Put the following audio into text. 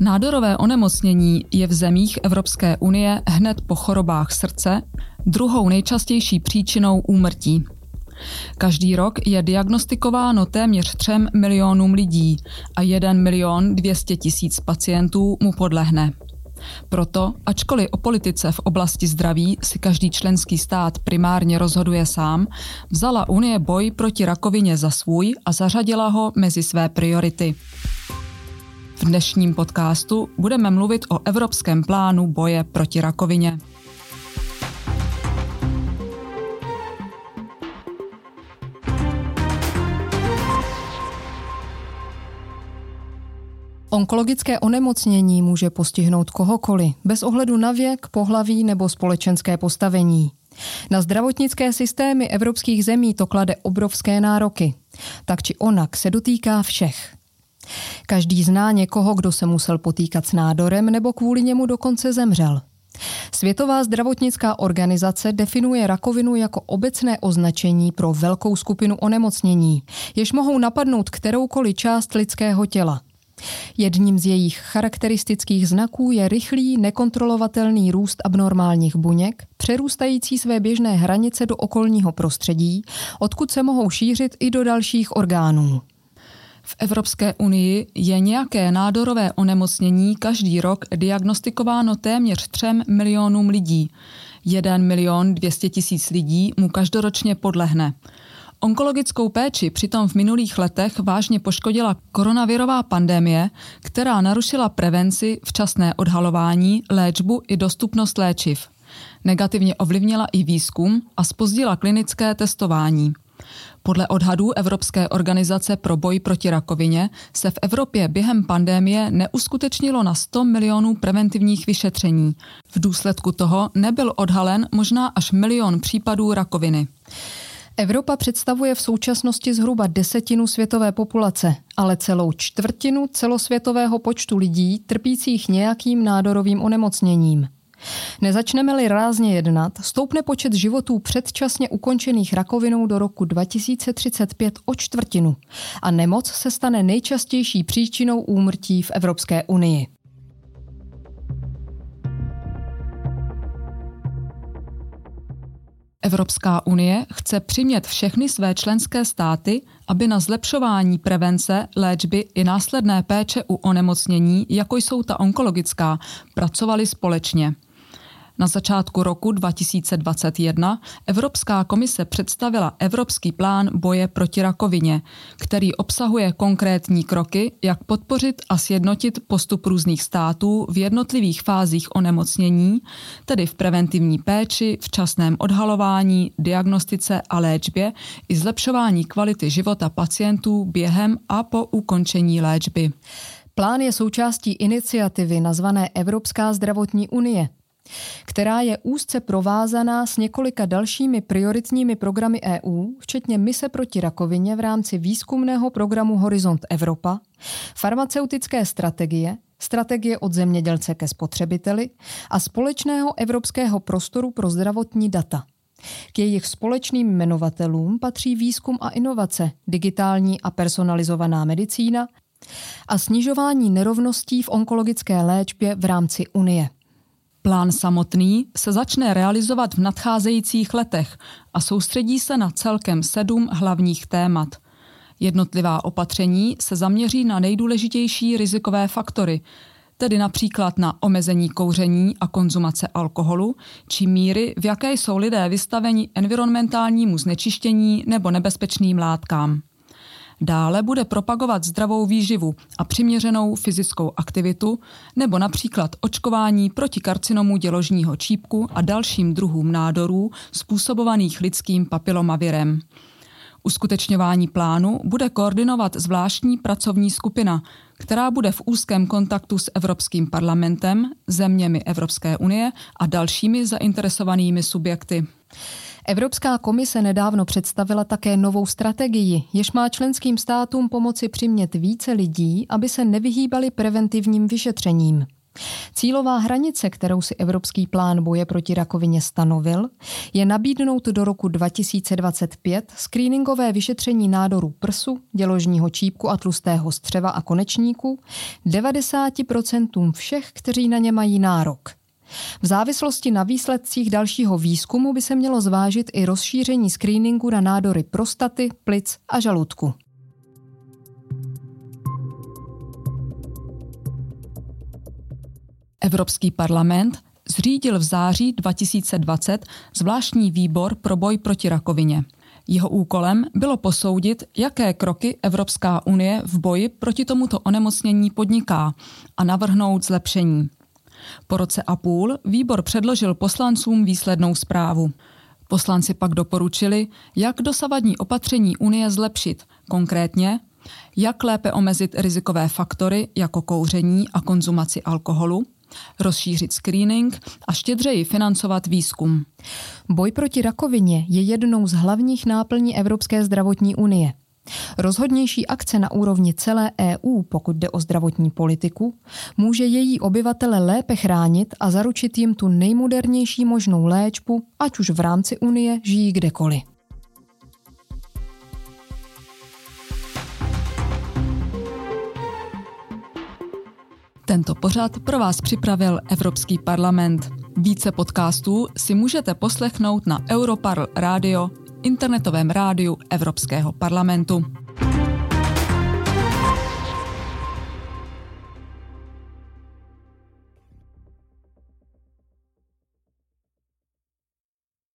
Nádorové onemocnění je v zemích Evropské unie hned po chorobách srdce druhou nejčastější příčinou úmrtí. Každý rok je diagnostikováno téměř 3 milionům lidí a 1 200 000 pacientů mu podlehne. Proto, ačkoliv o politice v oblasti zdraví si každý členský stát primárně rozhoduje sám, vzala Unie boj proti rakovině za svůj a zařadila ho mezi své priority. V dnešním podcastu budeme mluvit o Evropském plánu boje proti rakovině. Onkologické onemocnění může postihnout kohokoliv, bez ohledu na věk, pohlaví nebo společenské postavení. Na zdravotnické systémy evropských zemí to klade obrovské nároky. Tak či onak se dotýká všech. Každý zná někoho, kdo se musel potýkat s nádorem nebo kvůli němu dokonce zemřel. Světová zdravotnická organizace definuje rakovinu jako obecné označení pro velkou skupinu onemocnění, jež mohou napadnout kteroukoliv část lidského těla. Jedním z jejich charakteristických znaků je rychlý, nekontrolovatelný růst abnormálních buněk, přerůstající své běžné hranice do okolního prostředí, odkud se mohou šířit i do dalších orgánů. V Evropské unii je nějaké nádorové onemocnění každý rok diagnostikováno téměř 3 milionům lidí. 1 200 000 lidí mu každoročně podlehne. Onkologickou péči přitom v minulých letech vážně poškodila koronavirová pandemie, která narušila prevenci, včasné odhalování, léčbu i dostupnost léčiv. Negativně ovlivnila i výzkum a zpozdila klinické testování. Podle odhadů Evropské organizace pro boj proti rakovině se v Evropě během pandemie neuskutečnilo na 100 milionů preventivních vyšetření. V důsledku toho nebyl odhalen možná až 1 milion případů rakoviny. Evropa představuje v současnosti zhruba 1/10 světové populace, ale celou 1/4 celosvětového počtu lidí trpících nějakým nádorovým onemocněním. Nezačneme-li rázně jednat, stoupne počet životů předčasně ukončených rakovinou do roku 2035 o 1/4 a nemoc se stane nejčastější příčinou úmrtí v Evropské unii. Evropská unie chce přimět všechny své členské státy, aby na zlepšování prevence, léčby i následné péče u onemocnění, jako jsou ta onkologická, pracovali společně. Na začátku roku 2021 Evropská komise představila Evropský plán boje proti rakovině, který obsahuje konkrétní kroky, jak podpořit a sjednotit postup různých států v jednotlivých fázích onemocnění, tedy v preventivní péči, včasném odhalování, diagnostice a léčbě i zlepšování kvality života pacientů během a po ukončení léčby. Plán je součástí iniciativy nazvané Evropská zdravotní unie, která je úzce provázaná s několika dalšími prioritními programy EU, včetně mise proti rakovině v rámci výzkumného programu Horizont Evropa, farmaceutické strategie od zemědělce ke spotřebiteli a společného evropského prostoru pro zdravotní data. K jejich společným jmenovatelům patří výzkum a inovace, digitální a personalizovaná medicína a snižování nerovností v onkologické léčbě v rámci Unie. Plán samotný se začne realizovat v nadcházejících letech a soustředí se na celkem 7 hlavních témat. Jednotlivá opatření se zaměří na nejdůležitější rizikové faktory, tedy například na omezení kouření a konzumace alkoholu, či míry, v jaké jsou lidé vystaveni environmentálnímu znečištění nebo nebezpečným látkám. Dále bude propagovat zdravou výživu a přiměřenou fyzickou aktivitu nebo například očkování proti karcinomu děložního čípku a dalším druhům nádorů způsobovaných lidským papilomavirem. Uskutečňování plánu bude koordinovat zvláštní pracovní skupina, která bude v úzkém kontaktu s Evropským parlamentem, zeměmi Evropské unie a dalšími zainteresovanými subjekty. Evropská komise nedávno představila také novou strategii, jež má členským státům pomoci přimět více lidí, aby se nevyhýbali preventivním vyšetřením. Cílová hranice, kterou si Evropský plán boje proti rakovině stanovil, je nabídnout do roku 2025 screeningové vyšetření nádorů prsu, děložního čípku a tlustého střeva a konečníků 90% všech, kteří na ně mají nárok. V závislosti na výsledcích dalšího výzkumu by se mělo zvážit i rozšíření screeningu na nádory prostaty, plic a žaludku. Evropský parlament zřídil v září 2020 zvláštní výbor pro boj proti rakovině. Jeho úkolem bylo posoudit, jaké kroky Evropská unie v boji proti tomuto onemocnění podniká a navrhnout zlepšení. Po roce a půl výbor předložil poslancům výslednou zprávu. Poslanci pak doporučili, jak dosavadní opatření Unie zlepšit, konkrétně jak lépe omezit rizikové faktory jako kouření a konzumaci alkoholu, rozšířit screening a štědřeji financovat výzkum. Boj proti rakovině je jednou z hlavních náplní Evropské zdravotní unie. Rozhodnější akce na úrovni celé EU, pokud jde o zdravotní politiku, může její obyvatele lépe chránit a zaručit jim tu nejmodernější možnou léčbu, ať už v rámci Unie žijí kdekoliv. Tento pořad pro vás připravil Evropský parlament. Více podcastů si můžete poslechnout na Europarl Radio, internetovém rádiu Evropského parlamentu.